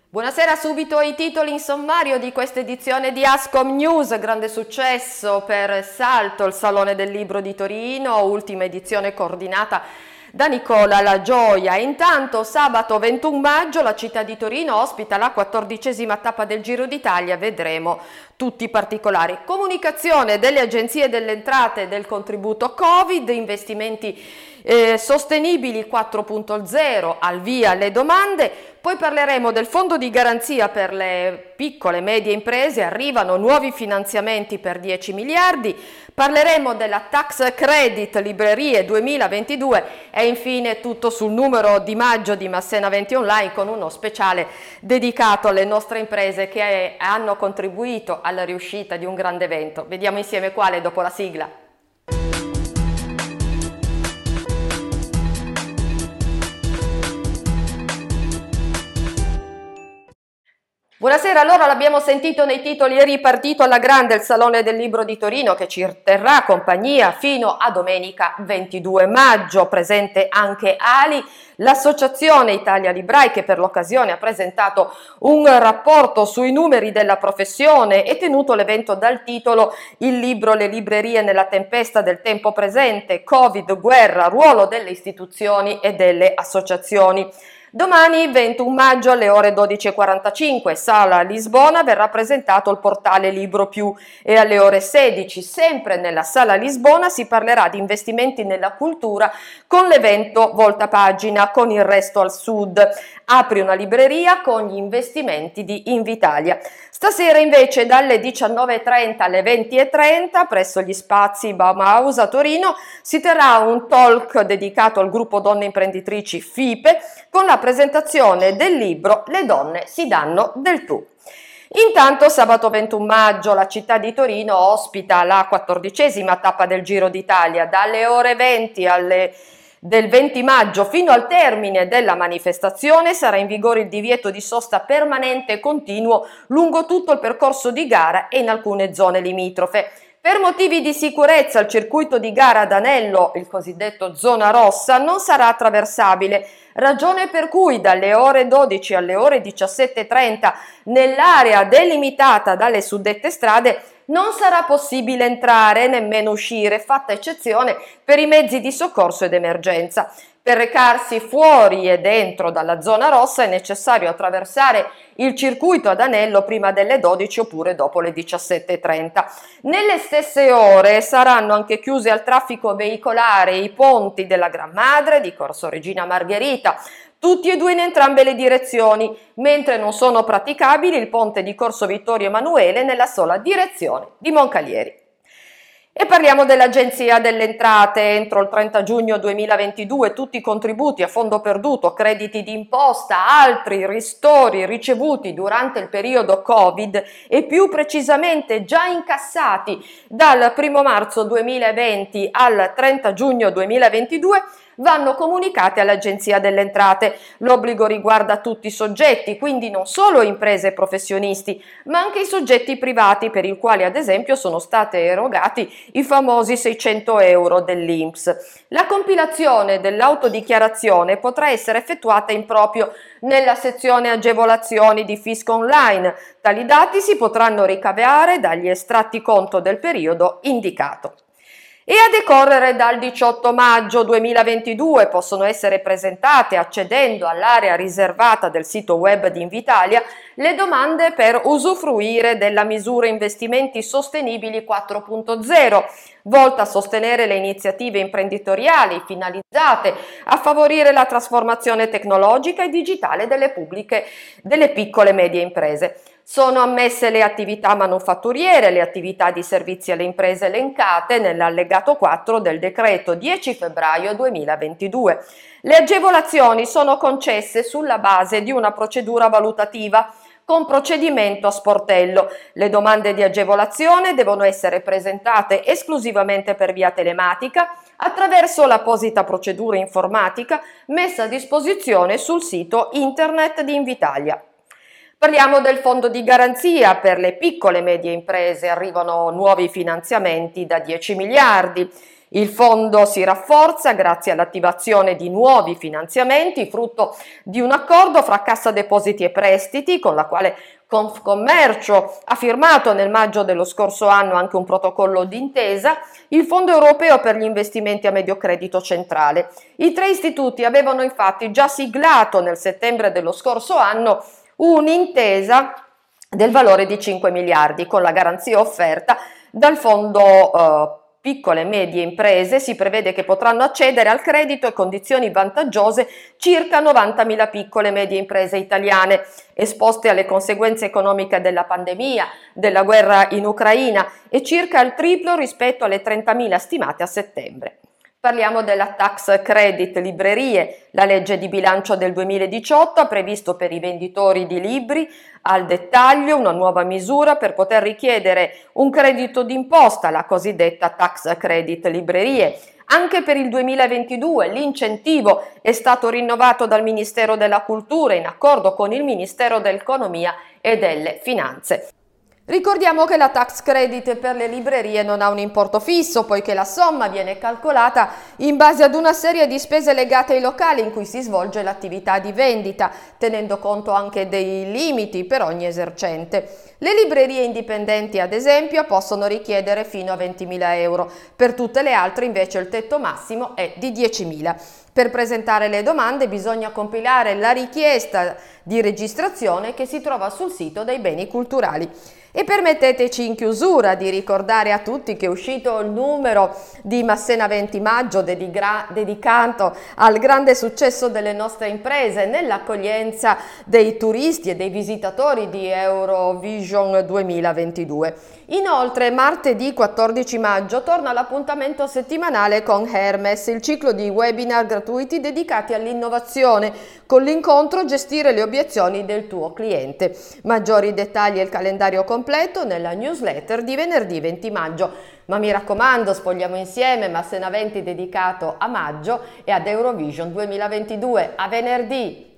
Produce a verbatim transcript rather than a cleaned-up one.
Buonasera, subito i titoli in sommario di questa edizione di Ascom News. Grande successo per Salto, il Salone del Libro di Torino, ultima edizione coordinata da Nicola La Gioia. Intanto sabato ventuno maggio la città di Torino ospita la quattordicesima tappa del Giro d'Italia, vedremo tutti i particolari. Comunicazione delle agenzie delle entrate del contributo Covid, investimenti Eh, sostenibili quattro punto zero, al via le domande, poi parleremo del fondo di garanzia per le piccole e medie imprese, arrivano nuovi finanziamenti per dieci miliardi, parleremo della tax credit librerie duemilaventidue e infine tutto sul numero di maggio di Massena venti Online con uno speciale dedicato alle nostre imprese che hanno contribuito alla riuscita di un grande evento. Vediamo insieme quale dopo la sigla. Buonasera, allora l'abbiamo sentito nei titoli, è ripartito alla grande il Salone del Libro di Torino che ci terrà compagnia fino a domenica ventidue maggio, presente anche Ali, l'associazione Italia Librai che per l'occasione ha presentato un rapporto sui numeri della professione e tenuto l'evento dal titolo Il libro, le librerie nella tempesta del tempo presente, Covid, guerra, ruolo delle istituzioni e delle associazioni. Domani ventuno maggio alle ore dodici e quarantacinque, Sala Lisbona, verrà presentato il portale Libro Più e alle ore sedici, sempre nella Sala Lisbona, si parlerà di investimenti nella cultura con l'evento Volta Pagina con il resto al sud. Apri una libreria con gli investimenti di Invitalia. Stasera invece dalle diciannove e trenta alle venti e trenta presso gli spazi Baumhaus a Torino si terrà un talk dedicato al gruppo donne imprenditrici FIPE con la presentazione del libro Le donne si danno del tu. Intanto sabato ventuno maggio la città di Torino ospita la quattordicesima tappa del Giro d'Italia dalle ore venti alle del venti maggio fino al termine della manifestazione sarà in vigore il divieto di sosta permanente e continuo lungo tutto il percorso di gara e in alcune zone limitrofe. Per motivi di sicurezza il circuito di gara ad Anello, il cosiddetto zona rossa, non sarà attraversabile, ragione per cui dalle ore dodici alle ore diciassette e trenta nell'area delimitata dalle suddette strade non sarà possibile entrare e nemmeno uscire, fatta eccezione per i mezzi di soccorso ed emergenza. Per recarsi fuori e dentro dalla zona rossa è necessario attraversare il circuito ad anello prima delle dodici oppure dopo le diciassette e trenta. Nelle stesse ore saranno anche chiuse al traffico veicolare i ponti della Gran Madre, di Corso Regina Margherita, tutti e due in entrambe le direzioni, mentre non sono praticabili il ponte di Corso Vittorio Emanuele nella sola direzione di Moncalieri. E parliamo dell'Agenzia delle Entrate. Entro il trenta giugno duemilaventidue tutti i contributi a fondo perduto, crediti d'imposta, altri ristori ricevuti durante il periodo Covid e più precisamente già incassati dal primo marzo duemilaventi al trenta giugno duemilaventidue vanno comunicate all'Agenzia delle Entrate. L'obbligo riguarda tutti i soggetti, quindi non solo imprese e professionisti, ma anche i soggetti privati per i quali ad esempio sono state erogati i famosi seicento euro dell'I N P S. La compilazione dell'autodichiarazione potrà essere effettuata in proprio nella sezione agevolazioni di Fisco Online. Tali dati si potranno ricavare dagli estratti conto del periodo indicato. E a decorrere dal diciotto maggio duemilaventidue possono essere presentate, accedendo all'area riservata del sito web di Invitalia, le domande per usufruire della misura investimenti sostenibili quattro punto zero, volta a sostenere le iniziative imprenditoriali finalizzate a favorire la trasformazione tecnologica e digitale delle pubbliche, delle piccole e medie imprese. Sono ammesse le attività manufatturiere, le attività di servizi alle imprese elencate nell'allegato quattro del decreto dieci febbraio duemilaventidue. Le agevolazioni sono concesse sulla base di una procedura valutativa con procedimento a sportello. Le domande di agevolazione devono essere presentate esclusivamente per via telematica attraverso l'apposita procedura informatica messa a disposizione sul sito internet di Invitalia. Parliamo del fondo di garanzia per le piccole e medie imprese, arrivano nuovi finanziamenti da dieci miliardi. Il fondo si rafforza grazie all'attivazione di nuovi finanziamenti, frutto di un accordo fra Cassa Depositi e Prestiti, con la quale Confcommercio ha firmato nel maggio dello scorso anno anche un protocollo d'intesa, il Fondo Europeo per gli investimenti a medio credito centrale. I tre istituti avevano infatti già siglato nel settembre dello scorso anno un'intesa del valore di cinque miliardi, con la garanzia offerta dal Fondo eh, Piccole e medie imprese. Si prevede che potranno accedere al credito a condizioni vantaggiose circa novantamila piccole e medie imprese italiane, esposte alle conseguenze economiche della pandemia, della guerra in Ucraina, e circa il triplo rispetto alle trentamila stimate a settembre. Parliamo della tax credit librerie. La legge di bilancio del duemiladiciotto ha previsto per i venditori di libri al dettaglio una nuova misura per poter richiedere un credito d'imposta, la cosiddetta tax credit librerie. Anche per il duemilaventidue l'incentivo è stato rinnovato dal Ministero della Cultura in accordo con il Ministero dell'Economia e delle Finanze. Ricordiamo che la tax credit per le librerie non ha un importo fisso, poiché la somma viene calcolata in base ad una serie di spese legate ai locali in cui si svolge l'attività di vendita, tenendo conto anche dei limiti per ogni esercente. Le librerie indipendenti, ad esempio, possono richiedere fino a ventimila euro, per tutte le altre invece il tetto massimo è di diecimila. Per presentare le domande bisogna compilare la richiesta di registrazione che si trova sul sito dei beni culturali. E permetteteci in chiusura di ricordare a tutti che è uscito il numero di Massena venti maggio dedicato al grande successo delle nostre imprese nell'accoglienza dei turisti e dei visitatori di Eurovision duemilaventidue. Inoltre martedì quattordici maggio torna l'appuntamento settimanale con Hermes, il ciclo di webinar gratuiti dedicati all'innovazione, con l'incontro Gestire le obiezioni del tuo cliente. Maggiori dettagli e il calendario completo nella newsletter di venerdì venti maggio. Ma mi raccomando, spogliamo insieme Massena venti dedicato a maggio e ad Eurovision duemilaventidue. A venerdì!